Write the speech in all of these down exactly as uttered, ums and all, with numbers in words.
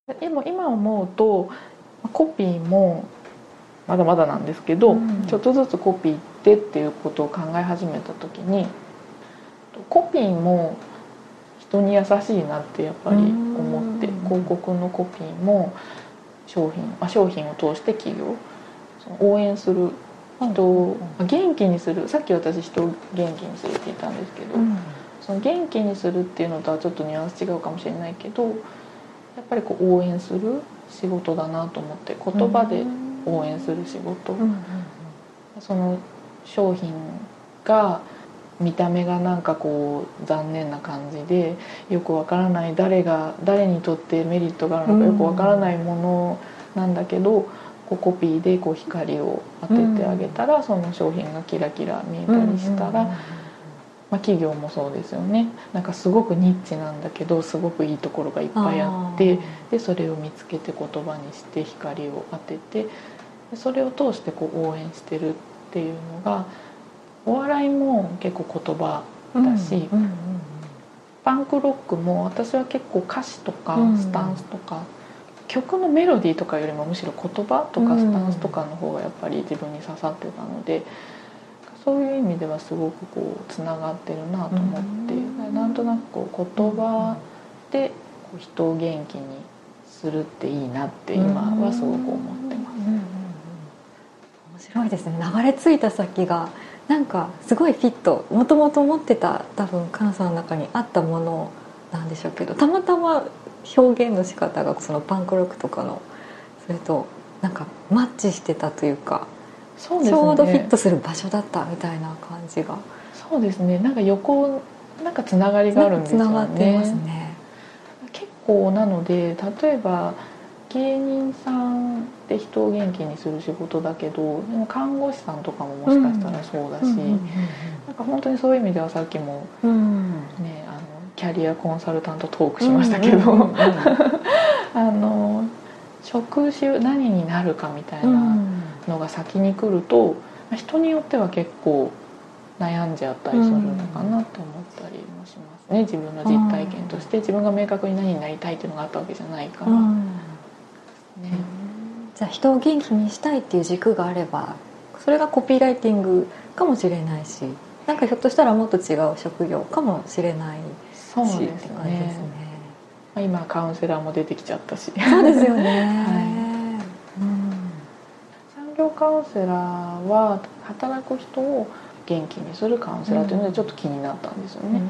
でも今思うとコピーもまだまだなんですけど、うん、ちょっとずつコピーでっていうことを考え始めた時にコピーも人に優しいなってやっぱり思って、広告のコピーも商品、まあ、商品を通して企業その応援する人を元気にする、さっき私人を元気にするって言ったんですけど、うん、その元気にするっていうのとはちょっとニュアンス違うかもしれないけど、やっぱりこう応援する仕事だなと思って、言葉で応援する仕事、うんうんうん、その商品が見た目がなんかこう残念な感じでよくわからない、誰が誰にとってメリットがあるのかよくわからないものなんだけど、こうコピーでこう光を当ててあげたらその商品がキラキラ見えたりしたら、まあ、企業もそうですよね。なんかすごくニッチなんだけどすごくいいところがいっぱいあって、でそれを見つけて言葉にして光を当てて、それを通してこう応援してるっていうのが、お笑いも結構言葉だし、うんうんうん、パンクロックも私は結構歌詞とかスタンスとか、うん、曲のメロディーとかよりもむしろ言葉とかスタンスとかの方がやっぱり自分に刺さってたので、そういう意味ではすごくこうつながってるなと思って、うん、なんとなくこう言葉でこう人を元気にするっていいなって今はすごく思ってます。うんうんうん、面白いですね。流れ着いた先がなんかすごいフィット、もともと持ってた多分カナさんの中にあったものなんでしょうけど、たまたま表現の仕方がそのパンクロックとかのそれとなんかマッチしてたというか、そうですね、ちょうどフィットする場所だったみたいな感じが。 そうですね、なんか横なんかつながりがあるんですよね。 つながってますね。 結構なので、例えば芸人さんって人を元気にする仕事だけど、でも看護師さんとかももしかしたらそうだし、なんか本当にそういう意味ではさっきも、うん、ね、あのキャリアコンサルタントトークしましたけど、あの職種何になるかみたいなのが先に来ると、人によっては結構悩んじゃったりするのかなって思ったりもしますね。自分の実体験として自分が明確に何になりたいっていうのがあったわけじゃないから、うんね、じゃあ人を元気にしたいっていう軸があればそれがコピーライティングかもしれないし、なんかひょっとしたらもっと違う職業かもしれないし。 そうですね、って感じですね。今カウンセラーも出てきちゃったし。 そうですよね、 はい、うん、産業カウンセラーは働く人を元気にするカウンセラーというのでちょっと気になったんですよね、うん、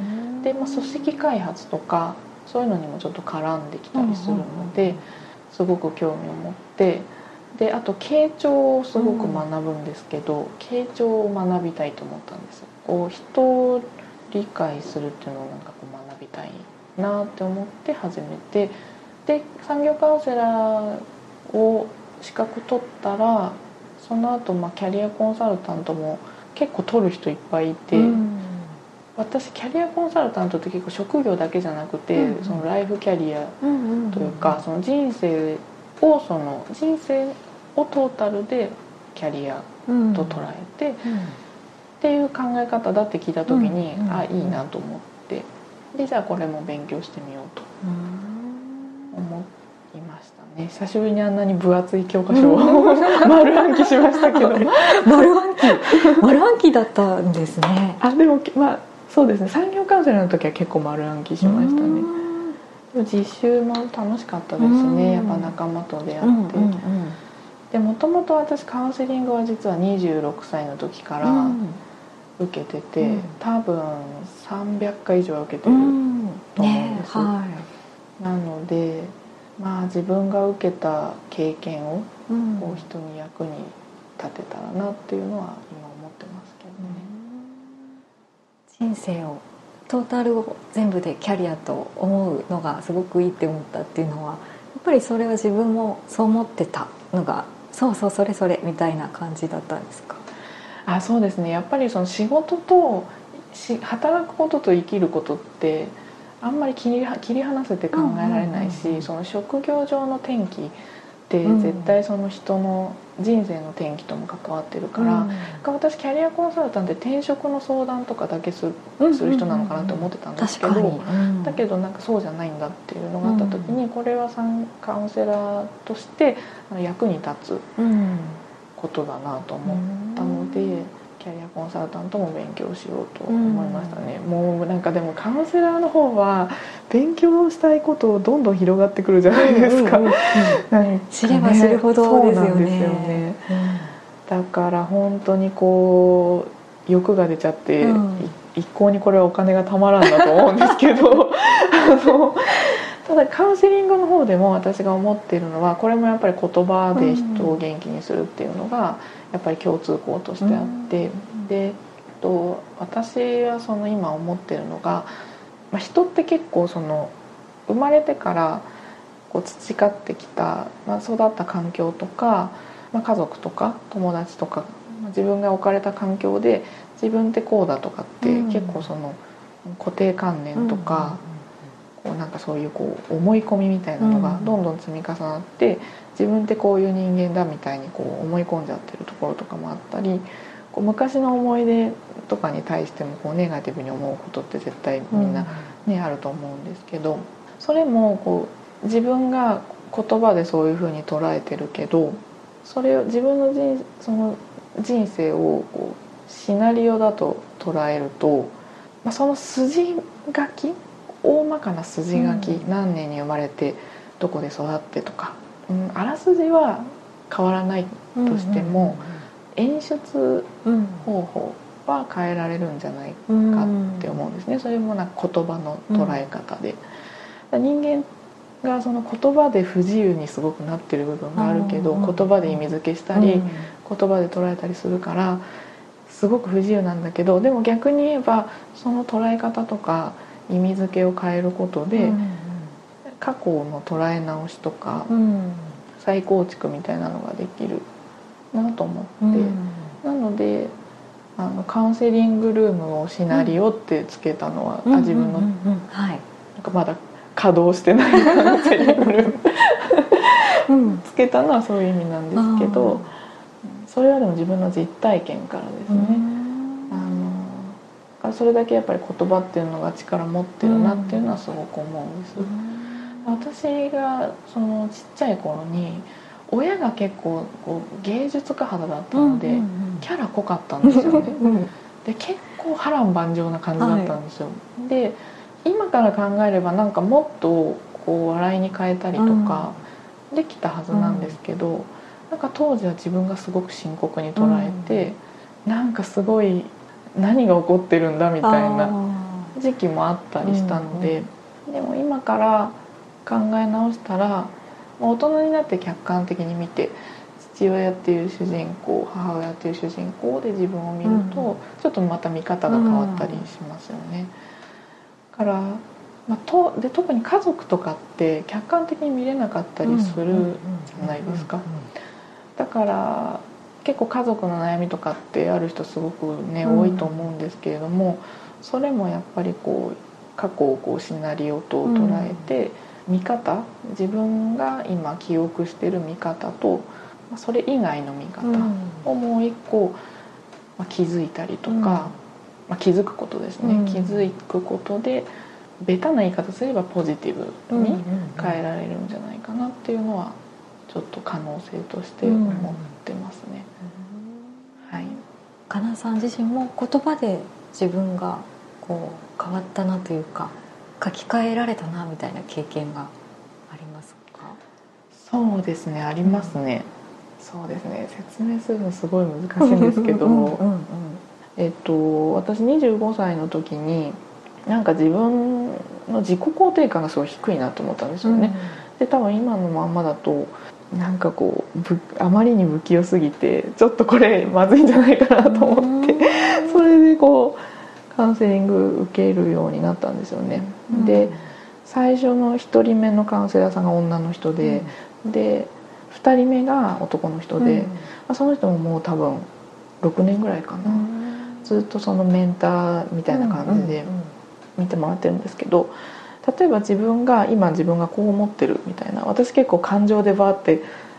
で、まあ、組織開発とかそういうのにもちょっと絡んできたりするので、すごく興味を持って、であと傾聴をすごく学ぶんですけど、うん、傾聴を学びたいと思ったんです。こう人を理解するっていうのをなんかこう学びたいなって思って始めて、で産業カウンセラーを資格取ったらその後、まあキャリアコンサルタントも結構取る人いっぱいいて、うん、私キャリアコンサルタントって結構職業だけじゃなくて、うんうん、そのライフキャリアというか、その人生をその人生をトータルでキャリアと捉えて、うんうん、っていう考え方だって聞いた時に、うんうん、あ、いいなと思って、でじゃあこれも勉強してみようと思いましたね。久しぶりにあんなに分厚い教科書を丸暗記しましたけど丸暗記丸暗記だったんですね。 あ、でもまあそうですね、産業カウンセラーの時は結構丸暗記しましたね。でも実習も楽しかったですね、やっぱ仲間と出会って、うんうんうん、でもともと私カウンセリングは実はにじゅうろくさいの時から受けてて、うん、多分さんびゃっかい以上は受けてると思うんです、うんね、はい、なのでまあ自分が受けた経験をこう人に役に立てたらなっていうのは今思ってますけどね、うん、人生をトータルを全部でキャリアと思うのがすごくいいって思ったっていうのは、やっぱりそれは自分もそう思ってたのが、そうそうそれそれみたいな感じだったんですか？ あ、そうですね、やっぱりその仕事とし働くことと生きることってあんまり切り、切り離せて考えられないし、うんうんうんうん、その職業上の転機って絶対その人の人生の転機とも関わってるから、うん、私キャリアコンサルタントって転職の相談とかだけする、する人なのかなと思ってたんですけど、うん、だけどなんかそうじゃないんだっていうのがあった時に、うん、これはカウンセラーとして役に立つことだなと思ったので、うん、キャリアコンサルタントも勉強しようと思いましたね、うん、もうなんかでもカウンセラーの方は勉強したいことをどんどん広がってくるじゃないですか、うんうんうん、なんかね、 知れば知るほどですよね。 そうなんですよね、うん、だから本当にこう欲が出ちゃって、うん、一向にこれはお金がたまらんだと思うんですけどあのただカウンセリングの方でも私が思っているのは、これもやっぱり言葉で人を元気にするっていうのがやっぱり共通項としてあって、うん、で、えっと、私はその今思ってるのが、まあ、人って結構その生まれてからこう培ってきた、まあ、育った環境とか、まあ、家族とか友達とか、まあ、自分が置かれた環境で自分ってこうだとかって、うん、結構その固定観念とか、うん、こうなんかそういうこう思い込みみたいなのがどんどん積み重なって、自分ってこういう人間だみたいにこう思い込んじゃってるところとかもあったり、こう昔の思い出とかに対してもこうネガティブに思うことって絶対みんな、ね、うん、あると思うんですけど、それもこう自分が言葉でそういうふうに捉えてるけど、それを自分の 人, その人生をこうシナリオだと捉えると、まあ、その筋書き、大まかな筋書き、うん、何年に生まれてどこで育ってとか、うん、あらすじは変わらないとしても、うんうんうん、演出方法は変えられるんじゃないかって思うんですね。それもなんか言葉の捉え方で、うん、人間がその言葉で不自由にすごくなってる部分があるけど、言葉で意味付けしたり、うん、言葉で捉えたりするからすごく不自由なんだけど、でも逆に言えばその捉え方とか意味付けを変えることで、うん、過去の捉え直しとか、うん、再構築みたいなのができるなと思って、うん、なのであのカウンセリングルームをシナリオってつけたのは、うん、あ自分の、うんうんうん、はい、なんかまだ稼働してないカウンセリングルームうん、つけたのはそういう意味なんですけど、それはでも自分の実体験からですね、あのそれだけやっぱり言葉っていうのが力持ってるなっていうのはすごく思うんです。私がそのちっちゃい頃に親が結構こう芸術家肌だったので、うんうんうん、キャラ濃かったんですよねで結構波乱万丈な感じだったんですよ、はい、で今から考えればなんかもっとこう笑いに変えたりとかできたはずなんですけど、うん、なんか当時は自分がすごく深刻に捉えて、うん、なんかすごい何が起こってるんだみたいな時期もあったりしたので、うんうん、でも今から考え直したら大人になって客観的に見て、父親っていう主人公、母親っていう主人公で自分を見ると、うん、ちょっとまた見方が変わったりしますよね、うん、から、まあ、とで特に家族とかって客観的に見れなかったりするじゃないですか。だから結構家族の悩みとかってある人すごくね、多いと思うんですけれども、それもやっぱりこう過去をこうシナリオと捉えて、見方、自分が今記憶してる見方とそれ以外の見方をもう一個、まあ、気づいたりとか、うん、まあ、気づくことですね、うん、気づくことでベタな言い方すればポジティブに変えられるんじゃないかなっていうのはちょっと可能性として思ってますね、うん、はい。 かなさん自身も言葉で自分がこう変わったなというか書き換えられたなみたいな経験がありますか？ そうですね、ありますね、うん、そうですね、説明するのすごい難しいんですけどうんうん、うん、えっと私にじゅうごさいの時になんか自分の自己肯定感がすごい低いなと思ったんですよね、うん、で多分今のまんまだとなんかこうぶあまりに不器用すぎてちょっとこれまずいんじゃないかなと思って、うん、それでこうカウンセリング受けるようになったんですよね、うん、で最初のひとりめのカウンセラーさんが女の人で、うん、でふたりめが男の人で、うん、まあ、その人ももう多分ろくねんぐらいかな、うん、ずっとそのメンターみたいな感じで見てもらってるんですけど、例えば自分が今自分がこう思ってるみたいな、私結構感情でバーって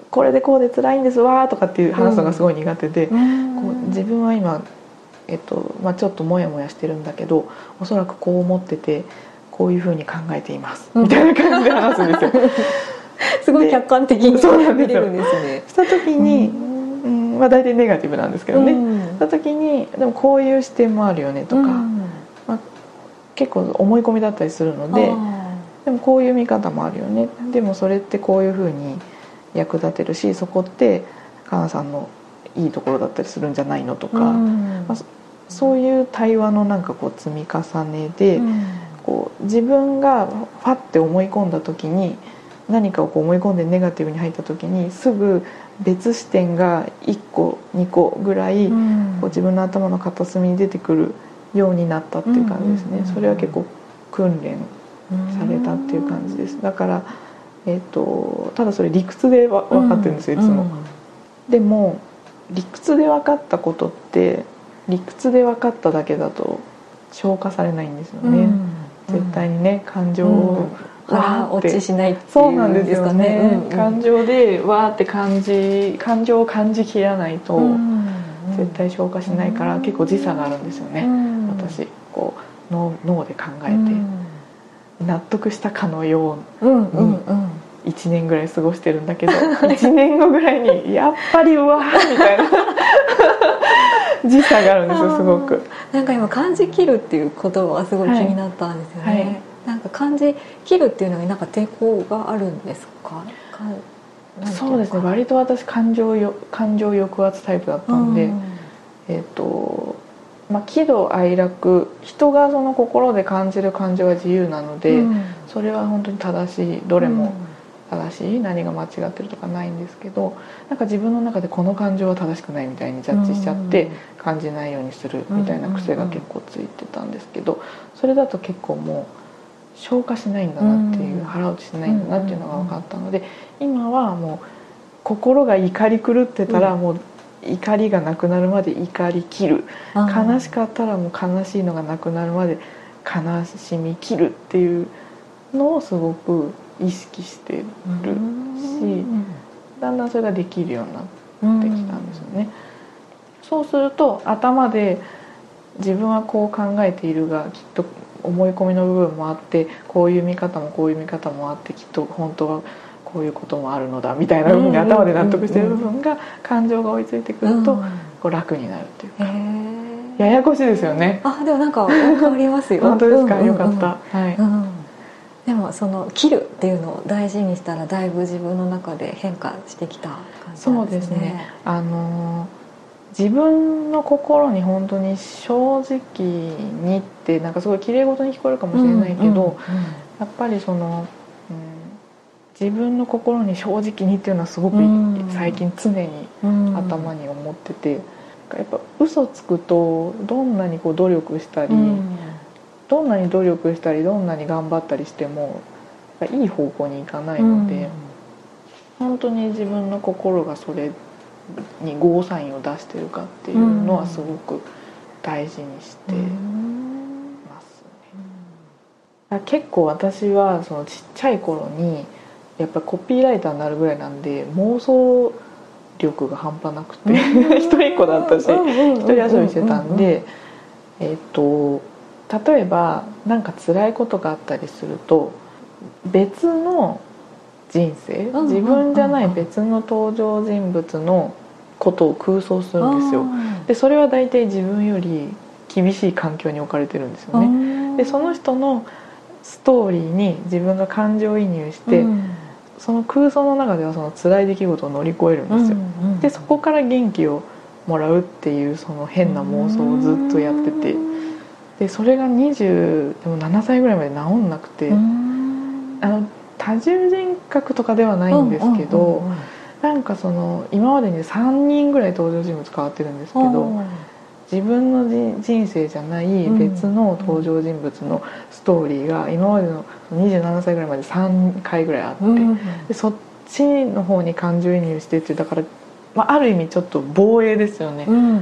これでこうで辛いんですわとかっていう話すのがすごい苦手で、うん、こう自分は今、えっとまあ、ちょっとモヤモヤしてるんだけどおそらくこう思っててこういうふうに考えていますみたいな感じで話すんですよすごい客観的に見れるんですね。 した時に、うんうんまあ、大体ネガティブなんですけどね、うん、した時にでもこういう視点もあるよねとか、うんまあ、結構思い込みだったりするのででもこういう見方もあるよねでもそれってこういうふうに役立てるしそこってかなさんのいいところだったりするんじゃないのとか、うんまあ、そういう対話のなんかこう積み重ねで、うん、こう自分がファッて思い込んだ時に何かをこう思い込んでネガティブに入った時にすぐ別視点がいっこにこぐらい、うん、こう自分の頭の片隅に出てくるようになったっていう感じですね。それは結構訓練されたっていう感じです。だから、えーと、ただそれ理屈でわ分かってるんですよいつも、うん、でも理屈で分かったことって理屈で分かっただけだと消化されないんですよね、うん、絶対にね感情を腹落ちしないっていうんですかね。 そうなんですよね、うんうん、感情でわーって感じ感情を感じきらないと絶対消化しないから、うん、結構時差があるんですよね、うん、私こう 脳, 脳で考えて、うん、納得したかのようにいちねんぐらい過ごしてるんだけど、うん、いちねんごぐらいにやっぱりうわーみたいな時差があるんですよすごく。 なんか今感じきるっていう言葉がすごい気になったんですよね、はいはい、なんか感じきるっていうのになんか抵抗があるんですか？かそうですね割と私感情よ感情抑圧タイプだったんで、うん、えっとまあ、喜怒哀楽人がその心で感じる感情は自由なので、うん、それは本当に正しいどれも正しい、うん、何が間違ってるとかないんですけどなんか自分の中でこの感情は正しくないみたいにジャッジしちゃって感じないようにするみたいな癖が結構ついてたんですけどそれだと結構もう消化しないんだなっていう腹落ちしないんだなっていうのが分かったので今はもう心が怒り狂ってたらもう怒りがなくなるまで怒り切る悲しかったらもう悲しいのがなくなるまで悲しみ切るっていうのをすごく意識してるしだんだんそれができるようになってきたんですよね。そうすると頭で自分はこう考えているがきっと思い込みの部分もあってこういう見方もこういう見方もあってきっと本当はこういうこともあるのだみたいな部分に頭で納得している部分が感情が追いついてくるとこう楽になるっていうかややこしいですよね。 あでもなんか分かりますよ本当ですか、うんうんうん、よかった、はいうん、 でもその切るっていうのを大事にしたらだいぶ自分の中で変化してきた感じなんですね。 そうですねあの自分の心に本当に正直にってなんかすごい綺麗事に聞こえるかもしれないけど、うんうんうん、やっぱりその、うん自分の心に正直にっていうのはすごく最近常に頭に思っててやっぱ嘘つくとどんなにこう努力したりどんなに努力したりどんなに頑張ったりしてもいい方向に行かないので本当に自分の心がそれにゴーサインを出してるかっていうのはすごく大事にしてますね。結構私はそのちっちゃい頃にやっぱりコピーライターになるぐらいなんで妄想力が半端なくて一人っ子だったし一人遊びしてたんでえっと例えばなんか辛いことがあったりすると別の人生自分じゃない別の登場人物のことを空想するんですよ。でそれは大体自分より厳しい環境に置かれてるんですよね。でその人のストーリーに自分が感情移入してその空想の中ではその辛い出来事を乗り越えるんですよ、うんうん、でそこから元気をもらうっていうその変な妄想をずっとやっててでそれがにじゅうななさいぐらいまで治んなくてあの多重人格とかではないんですけど、うんうんうんうん、なんかその今までにさんにんぐらい登場人物変わってるんですけど自分の人生じゃない別の登場人物のストーリーが今までのにじゅうななさいぐらいまでさんかいぐらいあってでそっちの方に感情移入してってだから、まあ、ある意味ちょっと防衛ですよね、うんうん、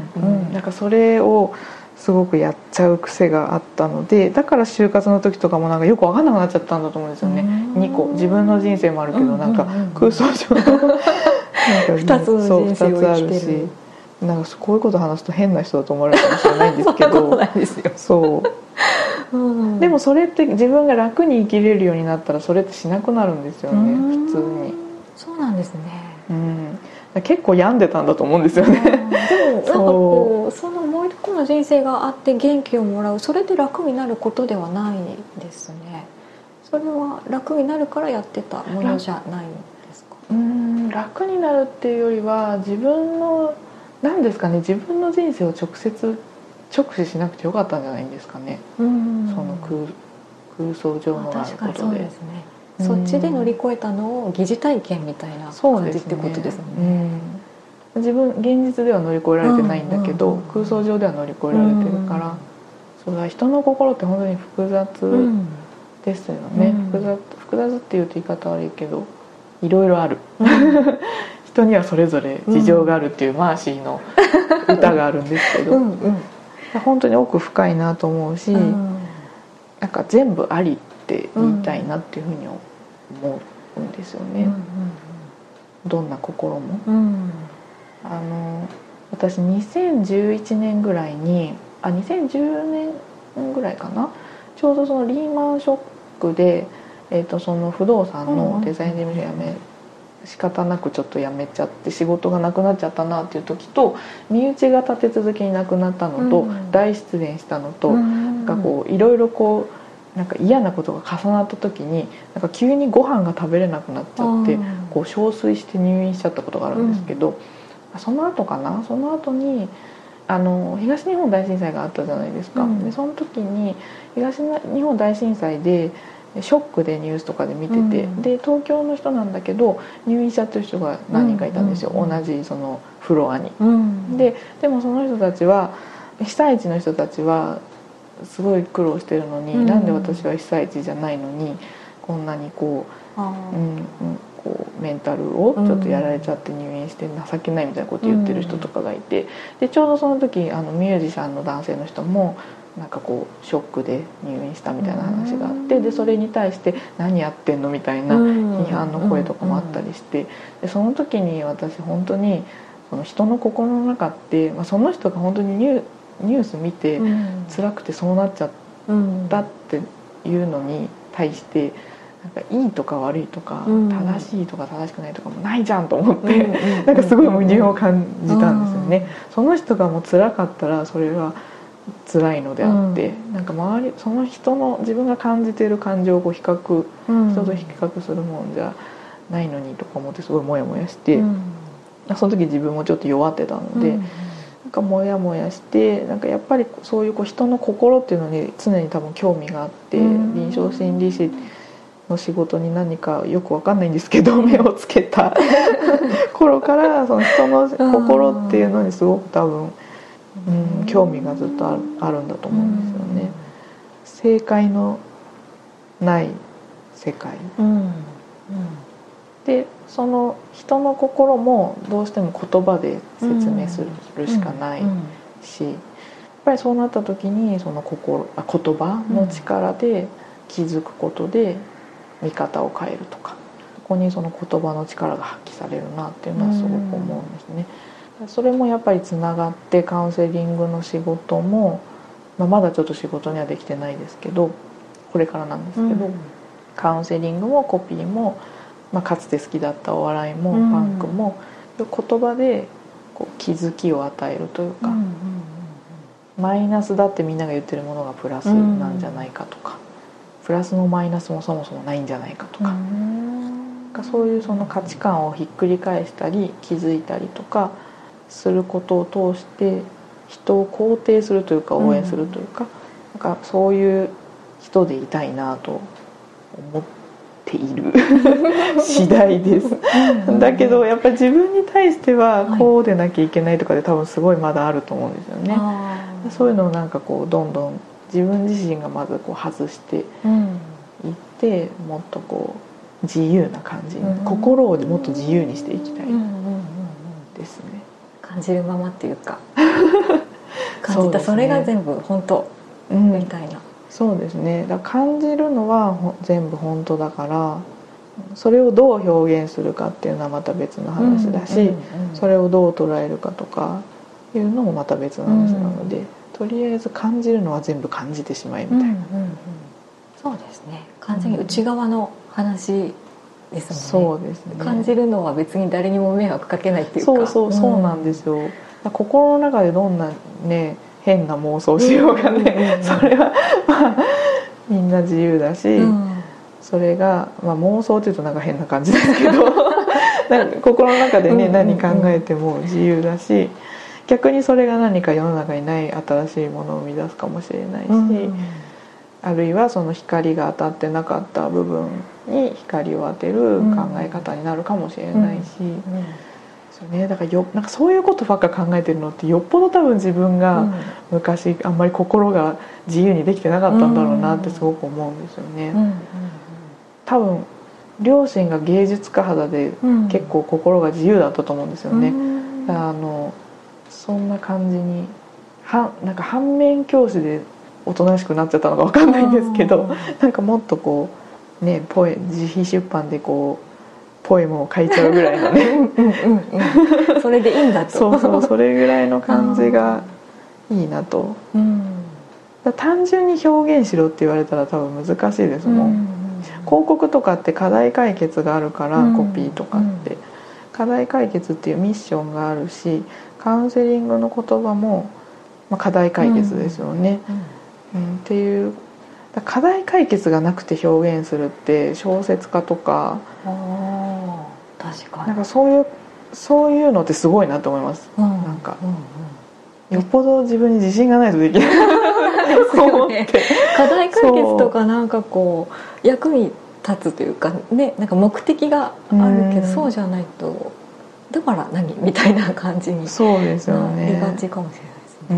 なんかそれをすごくやっちゃう癖があったのでだから就活の時とかもなんかよく分かんなくなっちゃったんだと思うんですよね。にこ自分の人生もあるけどなんか空想上のふたつの人生を生きてる。 なんかこういうこと話すと変な人だと思われるかもしれないんですけどそんなことないですよ。そう、うん、でもそれって自分が楽に生きれるようになったらそれってしなくなるんですよね、普通に。 そうなんですね、 うん、結構病んでたんだと思うんですよね。 でもなんかこうそのもう一個の人生があって元気をもらう、それで楽になることではないですね。それは楽になるからやってたものじゃないんですか？ うーん、楽になるっていうよりは自分の何ですかね、自分の人生を直接直視しなくてよかったんじゃないんですかね。うん、その 空, 空想上のあることで、 そうですね、そっちで乗り越えたのを疑似体験みたいな感じってことですもんね。 うん、自分現実では乗り越えられてないんだけど、うんうんうん、空想上では乗り越えられてるから、うん、そうだ、人の心って本当に複雑ですよね、うん、複雑、複雑っていうと言い方悪いけどいろいろある、うん、人にはそれぞれ事情があるっていうマーシーの歌があるんですけどうん、うん、本当に奥深いなと思うし、うん、なんか全部ありって言いたいなっていうふうに思うんですよね、うんうんうん、どんな心も、うん、あの私にせんじゅういちねんぐらいにあにせんじゅうねんぐらいかな、ちょうどそのリーマンショックで、えー、とその不動産のデザイン事務所辞め、うんうん、仕方なくちょっと辞めちゃって仕事がなくなっちゃったなっていう時と、身内が立て続けに亡くなったのと、うん、大失恋したのと、うん、なんかこういろいろこうなんか嫌なことが重なった時になんか急にご飯が食べれなくなっちゃって、うん、こう憔悴して入院しちゃったことがあるんですけど、うん、その後かなその後にあの東日本大震災があったじゃないですか、うん、でその時に東日本大震災でショックでニュースとかで見てて、うん、で東京の人なんだけど入院しちゃってる人が何人かいたんですよ、うんうんうん、同じそのフロアに、うん、で, でもその人たちは被災地の人たちはすごい苦労してるのに、うん、なんで私は被災地じゃないのにこんなにこう、うんうん、こうメンタルをちょっとやられちゃって入院して情けないみたいなこと言ってる人とかがいて、でちょうどその時あのミュージシャンの男性の人もなんかこうショックで入院したみたいな話があって、でそれに対して何やってんのみたいな批判の声とかもあったりして、でその時に私本当にその人の心の中って、まあ、その人が本当にニューニュース見て辛くてそうなっちゃったっていうのに対してなんかいいとか悪いとか正しいとか正しくないとかもないじゃんと思ってなんかすごい矛盾を感じたんですよね。その人がもう辛かったらそれは辛いのであって、なんか周りその人の自分が感じている感情を比較人と比較するもんじゃないのにとか思ってすごいモヤモヤして、その時自分もちょっと弱ってたので。なんかモヤモヤしてなんかやっぱりそういうこう人の心っていうのに常に多分興味があって、臨床心理士の仕事に何かよく分かんないんですけど目をつけた頃からその人の心っていうのにすごく多分、うん、興味がずっとある、あるんだと思うんですよね。正解のない世界、うんうん、でその人の心もどうしても言葉で説明するしかないし、やっぱりそうなった時にその心あ言葉の力で気づくことで見方を変えるとか、そこにその言葉の力が発揮されるなっていうのはすごく思うんですね。それもやっぱりつながってカウンセリングの仕事も、まあ、まだちょっと仕事にはできてないですけどこれからなんですけど、うん、カウンセリングもコピーも、まあ、かつて好きだったお笑いもパンクも、うん、言葉でこう気づきを与えるというか、うんうんうんうん、マイナスだってみんなが言ってるものがプラスなんじゃないかとか、プラスのマイナスもそもそもないんじゃないかとか、うん、そういうその価値観をひっくり返したり気づいたりとかすることを通して人を肯定するというか応援するというか、うん、なんかそういう人でいたいなと思っている次第ですだけどやっぱり自分に対してはこうでなきゃいけないとかで多分すごいまだあると思うんですよね、はい、そういうのをなんかこうどんどん自分自身がまずこう外していって、うん、もっとこう自由な感じに、うん、心をもっと自由にしていきたいですね。 感じるままっていうか感じた そ,、ね、それが全部本当、うん、みたいな。 そうですね。だから感じるのは全部本当だからそれをどう表現するかっていうのはまた別の話だし、それをどう捉えるかとかいうのもまた別の話なので、とりあえず感じるのは全部感じてしまいみたいな、うんうんうん、 そうですね、完全に内側の話ですもんね、 そうですね、 感じるのは別に誰にも迷惑かけないっていうか、 そうそうそうなんですよ、うん、心の中でどんなね変な妄想しようがね、うんうんうん、それはまあみんな自由だし、うん、それが、まあ、妄想っていうとなんか変な感じですけどなんか心の中でね、うんうんうん、何考えても自由だし、逆にそれが何か世の中にない新しいものを生み出すかもしれないし、うん、あるいはその光が当たってなかった部分に光を当てる考え方になるかもしれないし、うんうんうん、そうね、だからよなんかそういうことばっか考えてるのってよっぽど多分自分が昔あんまり心が自由にできてなかったんだろうなってすごく思うんですよね、うんうんうん、多分両親が芸術家肌で結構心が自由だったと思うんですよね、うん、だからあのそんな感じにはなんか反面教師でおとなしくなっちゃったのか分かんないんですけど、なんかもっとこうねポエ自費出版でこうポエムを書いちゃうぐらいのねうんうん、うん、 それでいいんだとそうそう、それぐらいの感じがいいなと、うん、だ単純に表現しろって言われたら多分難しいですもん、うんうん、広告とかって課題解決があるから、うん、コピーとかって課題解決っていうミッションがあるし、カウンセリングの言葉も、まあ、課題解決ですよね、うんうんうん、っていう課題解決がなくて表現するって小説家とか、 あ確かになんかそういうそういうのってすごいなと思います、うん、なんか、うんうん、よっぽど自分に自信がないとできないですよね課題解決とかなんかこう役に立つというかね、なんか目的があるけど、そうじゃないとだから何みたいな感じにそうですよね、 なりがちかもしれないですね。うん、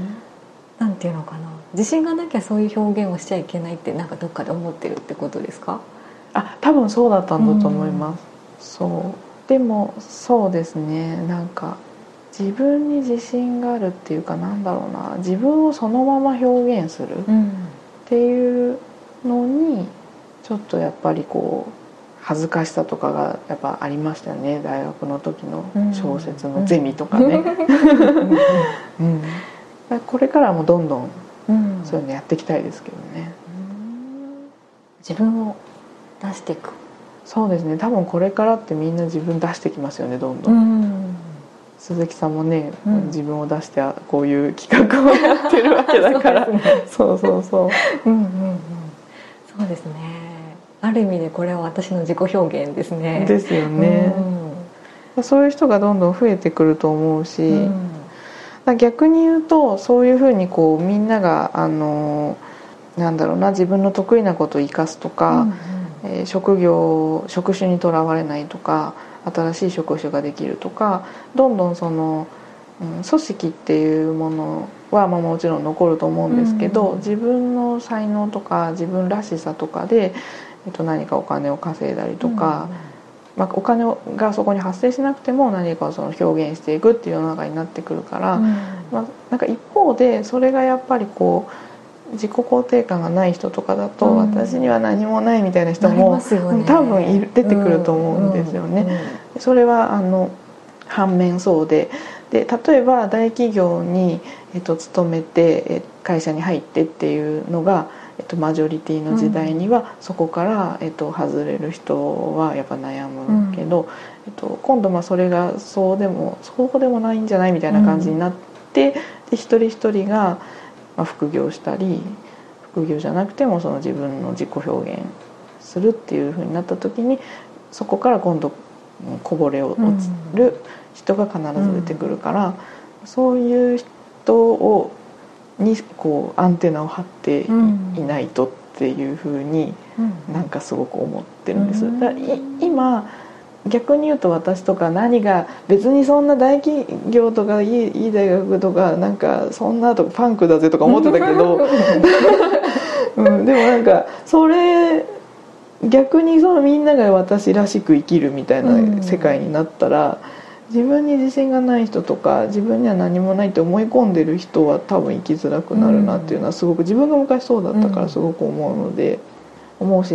なんていうのかな、自信がなきゃそういう表現をしちゃいけないってなんかどっかで思ってるってことですか？ あ、多分そうだったんだと思います、うん、そうでもそうですね、なんか自分に自信があるっていうか、なんだろうな、自分をそのまま表現するっていうのにちょっとやっぱりこう恥ずかしさとかがやっぱありましたよね、大学の時の小説のゼミとかね、うん、うん、これからもどんどんそういうのやっていきたいですけどね、 うん、自分を出していく。 そうですね、多分これからってみんな自分出してきますよね、どんどん、うん、鈴木さんもね、うん、自分を出してこういう企画をやってるわけだからそうですね、そうそうそううんうん、うん、 そうですね、ある意味でこれは私の自己表現ですね。 ですよね、うん、そういう人がどんどん増えてくると思うし、うん、逆に言うとそういうふうにこうみんながあのなんだろうな、自分の得意なことを生かすとか、うんうん、えー、職業職種にとらわれないとか、新しい職種ができるとか、どんどんその、うん、組織っていうものは、まあ、もちろん残ると思うんですけど、うん、自分の才能とか自分らしさとかで、えっと、何かお金を稼いだりとか、うん、まあ、お金がそこに発生しなくても何かをその表現していくっていう世の中になってくるから、うん、まあ、なんか一方でそれがやっぱりこう自己肯定感がない人とかだと、うん、私には何もないみたいな人も、ね、多分出てくると思うんですよね、うんうんうん、それはあの反面そうで、で例えば大企業に、えっと、勤めて会社に入ってっていうのが、えっと、マジョリティの時代には、うん、そこから、えっと、外れる人はやっぱ悩むけど、うん、えっと、今度まあそれがそうでもそうでもないんじゃないみたいな感じになって、うん、で一人一人がまあ、副業したり、副業じゃなくてもその自分の自己表現するっていう風になった時に、そこから今度こぼれ落ちる人が必ず出てくるから、うん、そういう人をにこうアンテナを張っていないとっていう風になんかすごく思ってるんです。だから今逆に言うと私とか何が別にそんな大企業とかいい、いい大学とかなんかそんなとかパンクだぜとか思ってたけど、うん、でもなんかそれ逆にそのみんなが私らしく生きるみたいな世界になったら、自分に自信がない人とか自分には何もないって思い込んでる人は多分生きづらくなるなっていうのはすごく自分が昔そうだったからすごく思うので、思うし、こ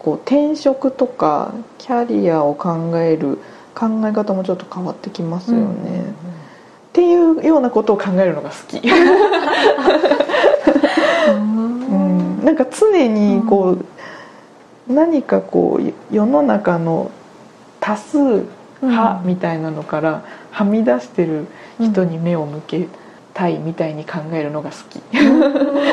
こう転職とかキャリアを考える考え方もちょっと変わってきますよね、うんうんうん、っていうようなことを考えるのが好き、うん、なんか常にこう、うん、何かこう世の中の多数派みたいなのからはみ出してる人に目を向けたいみたいに考えるのが好き、うん、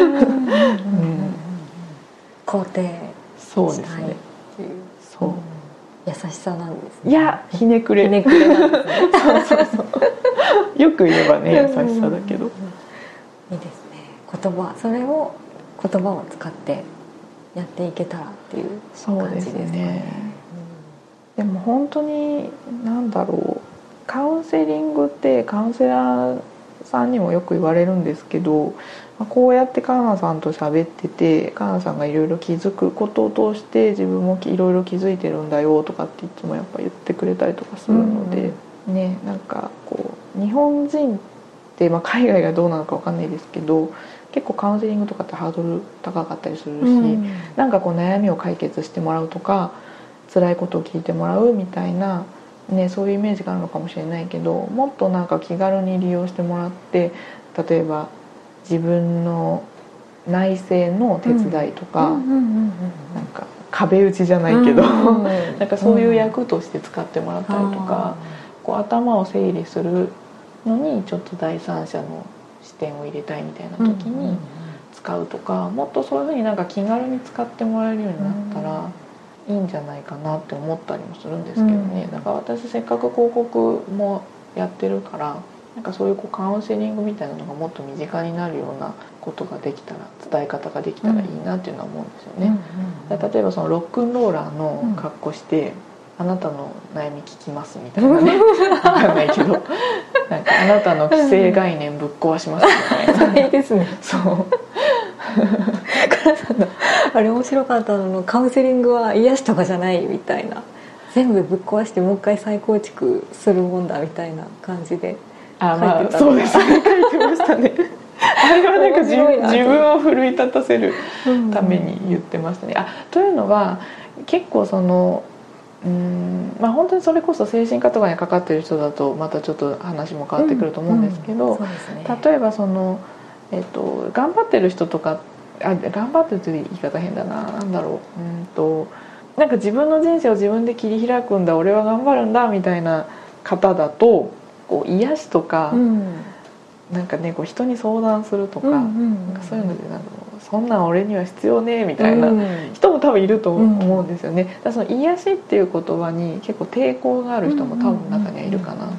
肯定そうですね、そう、 優しさなんですね。いやひねくれ、ひねくれなんですねそうそうそうよく言えばね優しさだけど、 いいですね。言葉、それを言葉を使ってやっていけたらっていう感じですかね。そうですね、 うん、でも本当に何だろう、カウンセリングってカウンセラーさんにもよく言われるんですけど、こうやってカーナさんと喋っててカーナさんがいろいろ気づくことを通して自分もいろいろ気づいてるんだよとかっていつもやっぱ言ってくれたりとかするので、うん、ね、なんかこう日本人って、まあ、海外がどうなのか分かんないですけど結構カウンセリングとかってハードル高かったりするし、うん、なんかこう悩みを解決してもらうとか辛いことを聞いてもらうみたいな、ね、そういうイメージがあるのかもしれないけど、もっとなんか気軽に利用してもらって、例えば自分の内政の手伝いとか、なんか壁打ちじゃないけど、うん、なんかそういう役として使ってもらったりとか、うん、こう頭を整理するのにちょっと第三者の視点を入れたいみたいな時に使うとか、もっとそういうふうになんか気軽に使ってもらえるようになったらいいんじゃないかなって思ったりもするんですけどね、うん、だから私せっかく広告もやってるからなんかそういうこうカウンセリングみたいなのがもっと身近になるようなことができたら、伝え方ができたらいいなっていうのは思うんですよね、うんうんうん、例えばそのロックンローラーの格好して、うん、あなたの悩み聞きますみたいなね分かんないけどなんかあなたの既成概念ぶっ壊しますみたいな、 いいですね。そうあれ面白かったの、カウンセリングは癒しとかじゃないみたいな、全部ぶっ壊してもう一回再構築するもんだみたいな感じで書いてたのが、あ、まあ、 そうですね、書いてましたねあれはなんか 自, 自分を奮い立たせるために言ってましたね、うんうんうん、あというのは結構そのうーん、まあ、本当にそれこそ精神科とかにかかってる人だとまたちょっと話も変わってくると思うんですけど、例えばその、えっと、頑張ってる人とか、あ、頑張ってるという言い方変だな、なんだろう、うんとなんか自分の人生を自分で切り開くんだ、俺は頑張るんだみたいな方だとこう癒しとか、うん、なんかねこう人に相談するとか、うんうんうん、なんかそういうのでなんかそんなん俺には必要ねみたいな人も多分いると思うんですよね、うん、だからその癒しっていう言葉に結構抵抗がある人も多分中にはいるかなと思って、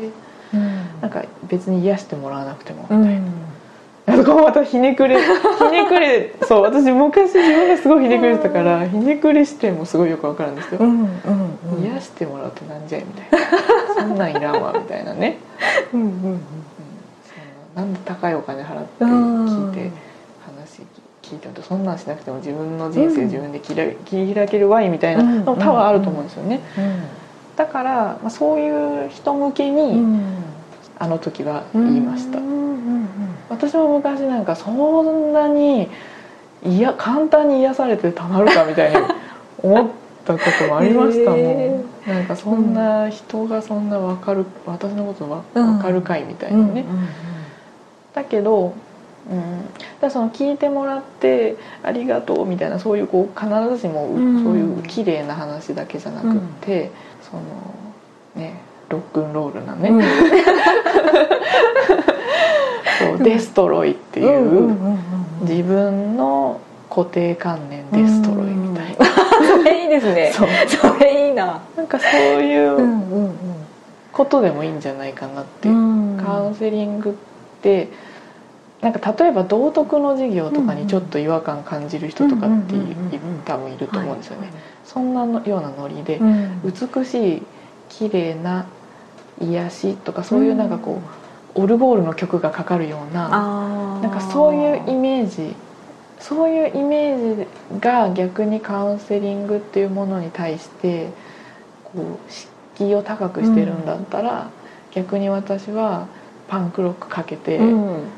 うんうんうん、なんか別に癒してもらわなくてもみたいな、うんそこもまたひねくれひねくれそう私昔自分がすごいひねくれてたから、うん、ひねくれ視点もすごいよく分かるんですよ、うんうんうん、癒してもらうってなんじゃいみたいなそんなんいらんわみたいなねうんうん、うんうん、そなんで高いお金払って聞いて話聞いてると、そんなんしなくても自分の人生自分で切り、切り開けるわいみたいなのも多分あると思うんですよね、うんうんうん、だから、まあ、そういう人向けに、うん、あの時は言いました、うんうんうん、私も昔なんかそんなにいや簡単に癒されてたまるかみたいに思ったこともありましたもん、えー、なんかそんな人がそんな分かる、私のことは分かるかいみたいなね、うんうんうん、だけど、うん、だその聞いてもらってありがとうみたいな、そういうこう必ずしもそういう綺麗な話だけじゃなくって、うん、そのねロックンロールなね、うんそうデストロイっていう自分の固定観念デストロイみたいな、 それいいですね、そうそれいいな、 なんかそういうことでもいいんじゃないかなって、うんうん、カウンセリングってなんか例えば道徳の授業とかにちょっと違和感感じる人とかって多分いると思うんですよね、そんなのようなノリで、うん、美しい綺麗な癒しとかそういうなんかこう、うんオルゴールの曲がかかるような、なんかそういうイメージ、そういうイメージが逆にカウンセリングっていうものに対してこう敷居を高くしてるんだったら、うん、逆に私はパンクロックかけて、うん、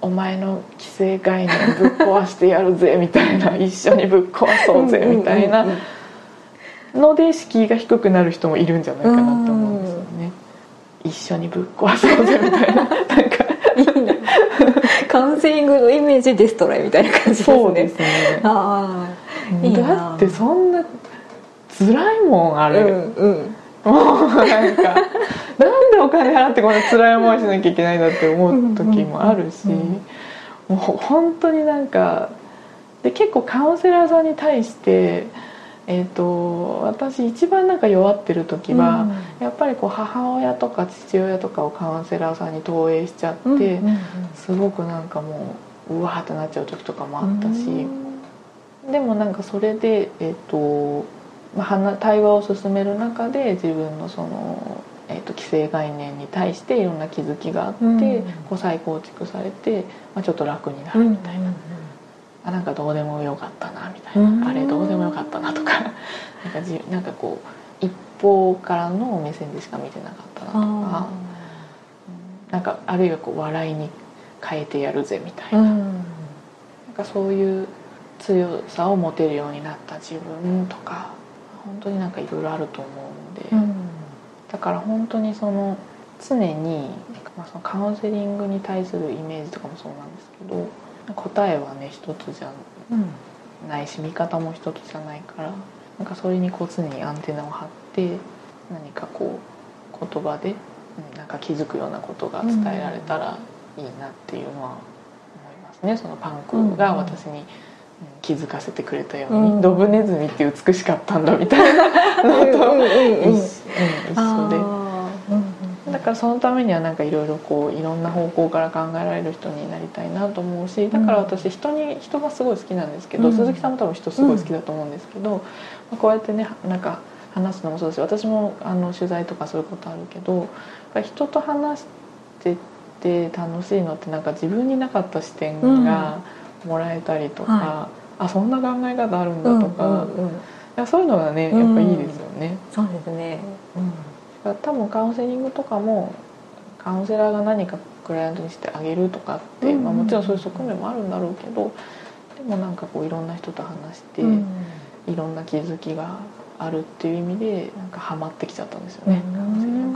お前の既成概念ぶっ壊してやるぜみたいな一緒にぶっ壊そうぜみたいなので敷居が低くなる人もいるんじゃないかなと思うんですよね。一緒にぶっ壊そうぜみたいななんかいいなカウンセリングのイメージデストライみたいな感じですね。 そうですね。 ああ、いいな。 だってそんな辛いもんあれ、 うんうん、 もうなんかなんでお金払ってこんな辛い思いしなきゃいけないんだって思う時もあるし、もう本当になんかで結構カウンセラーさんに対してえー、と私一番なんか弱ってる時は、うん、やっぱりこう母親とか父親とかをカウンセラーさんに投影しちゃって、うんうんうん、すごくなんかもううわーってなっちゃう時とかもあったし、うん、でもなんかそれで、えーとまあ、対話を進める中で自分のその、えー、と既成概念に対していろんな気づきがあって、うん、こう再構築されて、まあ、ちょっと楽になるみたいな。うんうんうん、あなんかどうでもよかったなみたいな、あれどうでもよかったなとかなんかじなんかこう一方からの目線でしか見てなかったなとか、なんかあるいはこう笑いに変えてやるぜみたいな、なんかそういう強さを持てるようになった自分とか本当になんかいろいろあると思うんで、だから本当にその常に、まあ、そのカウンセリングに対するイメージとかもそうなんですけど、答えはね一つじゃないし、見方も一つじゃないから、なんかそれにこう常にアンテナを張って何かこう言葉で、うん、なんか気づくようなことが伝えられたらいいなっていうのは思いますね。そのパンクが私に気づかせてくれたように、うん、ドブネズミって美しかったんだみたいなのと一緒で。だからそのためにはなんかいろいろこういろんな方向から考えられる人になりたいなと思うし、だから私人に人がすごい好きなんですけど、うん、鈴木さんも多分人すごい好きだと思うんですけど、うん、こうやってねなんか話すのもそうだし、私もあの取材とかそういうことあるけど、人と話してて楽しいのってなんか自分になかった視点がもらえたりとか、うんはい、あそんな考え方あるんだとか、うんうんうん、そういうのがねやっぱいいですよね。 うん、そうですね、うん多分カウンセリングとかもカウンセラーが何かクライアントにしてあげるとかって、うんうんまあ、もちろんそういう側面もあるんだろうけど、でもなんかこういろんな人と話して、うん、いろんな気づきがあるっていう意味でなんかハマってきちゃったんですよね、うん、カウンセリング、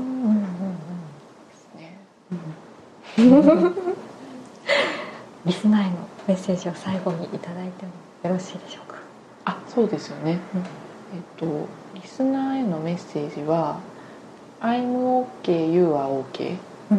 うんうんうん、ですねリスナーへのメッセージを最後にいただいてもよろしいでしょうか。 あ、そうですよね、うん、えっとリスナーへのメッセージはI'm OK, you are OK、うん、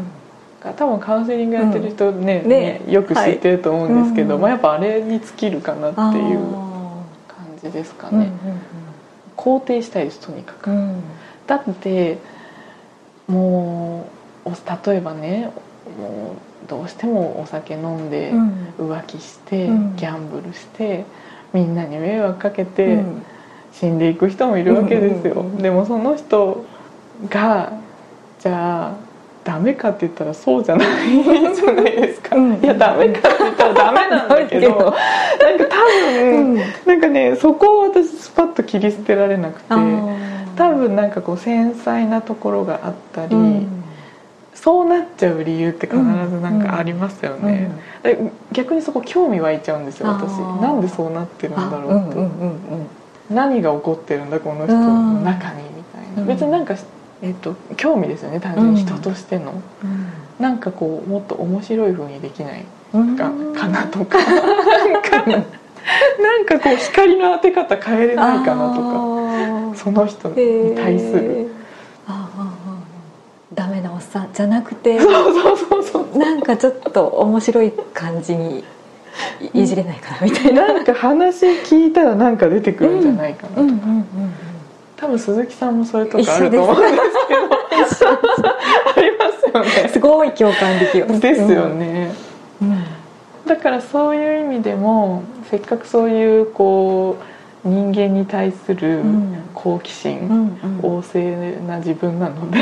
多分カウンセリングやってる人 ね,、うん、ね, ねよく知ってると思うんですけど、はいまあ、やっぱあれに尽きるかなっていう感じですかね、うんうんうん、肯定したいですとにかく、うん、だってもう例えばねもうどうしてもお酒飲んで浮気して、うん、ギャンブルしてみんなに迷惑かけて、うん、死んでいく人もいるわけですよ、うんうんうん、でもその人がじゃあダメかって言ったらそうじゃないじゃないですか、うん、いやダメかって言ったらダメなんだけどなんか多分、うん、なんかねそこを私スパッと切り捨てられなくて、多分なんかこう繊細なところがあったり、うん、そうなっちゃう理由って必ずなんかありますよね、うんうん、逆にそこ興味湧いちゃうんですよ私。なんでそうなってるんだろうって、うんうんうんうん、何が起こってるんだこの人の中にみたいな、別になんかえっと、興味ですよね単純に人としての、うん、なんかこうもっと面白い風にできないか、うん、かなとかなんかなんかこう光の当て方変えれないかなとか、その人に対するああダメなおっさんじゃなくて、 そうそうそうそうなんかちょっと面白い感じにいじれないかなみたいな、 なんか話聞いたらなんか出てくるんじゃないかなとか、うんうんうんうん、多分鈴木さんもそういうとこあると思うんですけどありますよね。 すごい共感できますですよね、うんうん、だからそういう意味でもせっかくそういうこう人間に対する好奇心、うんうん、旺盛な自分なので、うん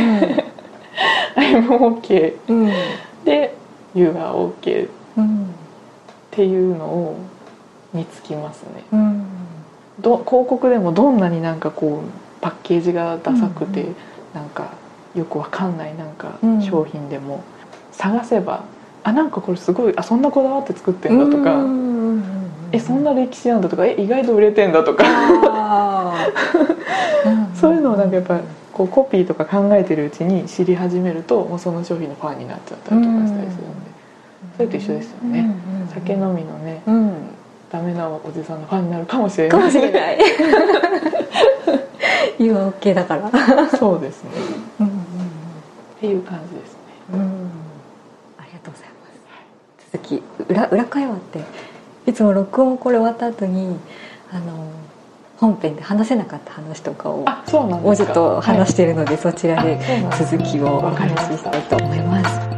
、I'm OK、うん、で You are OK、うん、っていうのをにつきますね、うん、ど広告でもどんなになんかこうパッケージがダサくて、うんうん、なんかよくわかんないなんか商品でも、うん、探せばあなんかこれすごいあそんなこだわって作ってんだとか、えそんな歴史なんだとか、え意外と売れてんだとかそういうのをなんかやっぱこうコピーとか考えてるうちに知り始めるともうその商品のファンになっちゃったりとかしたりするんで、それと一緒ですよね。酒飲みのね、うん、ダメなおじさんのファンになるかもしれないかもしれない言うは OK だからそうですね、うんうんうん、っていう感じですね、うん、 ありがとうございます、続き 裏, 裏会話っていつも録音これ終わった後にあの本編で話せなかった話とかをもうちょっと話しているので、はい、そちらで続きをお話ししたいと思います。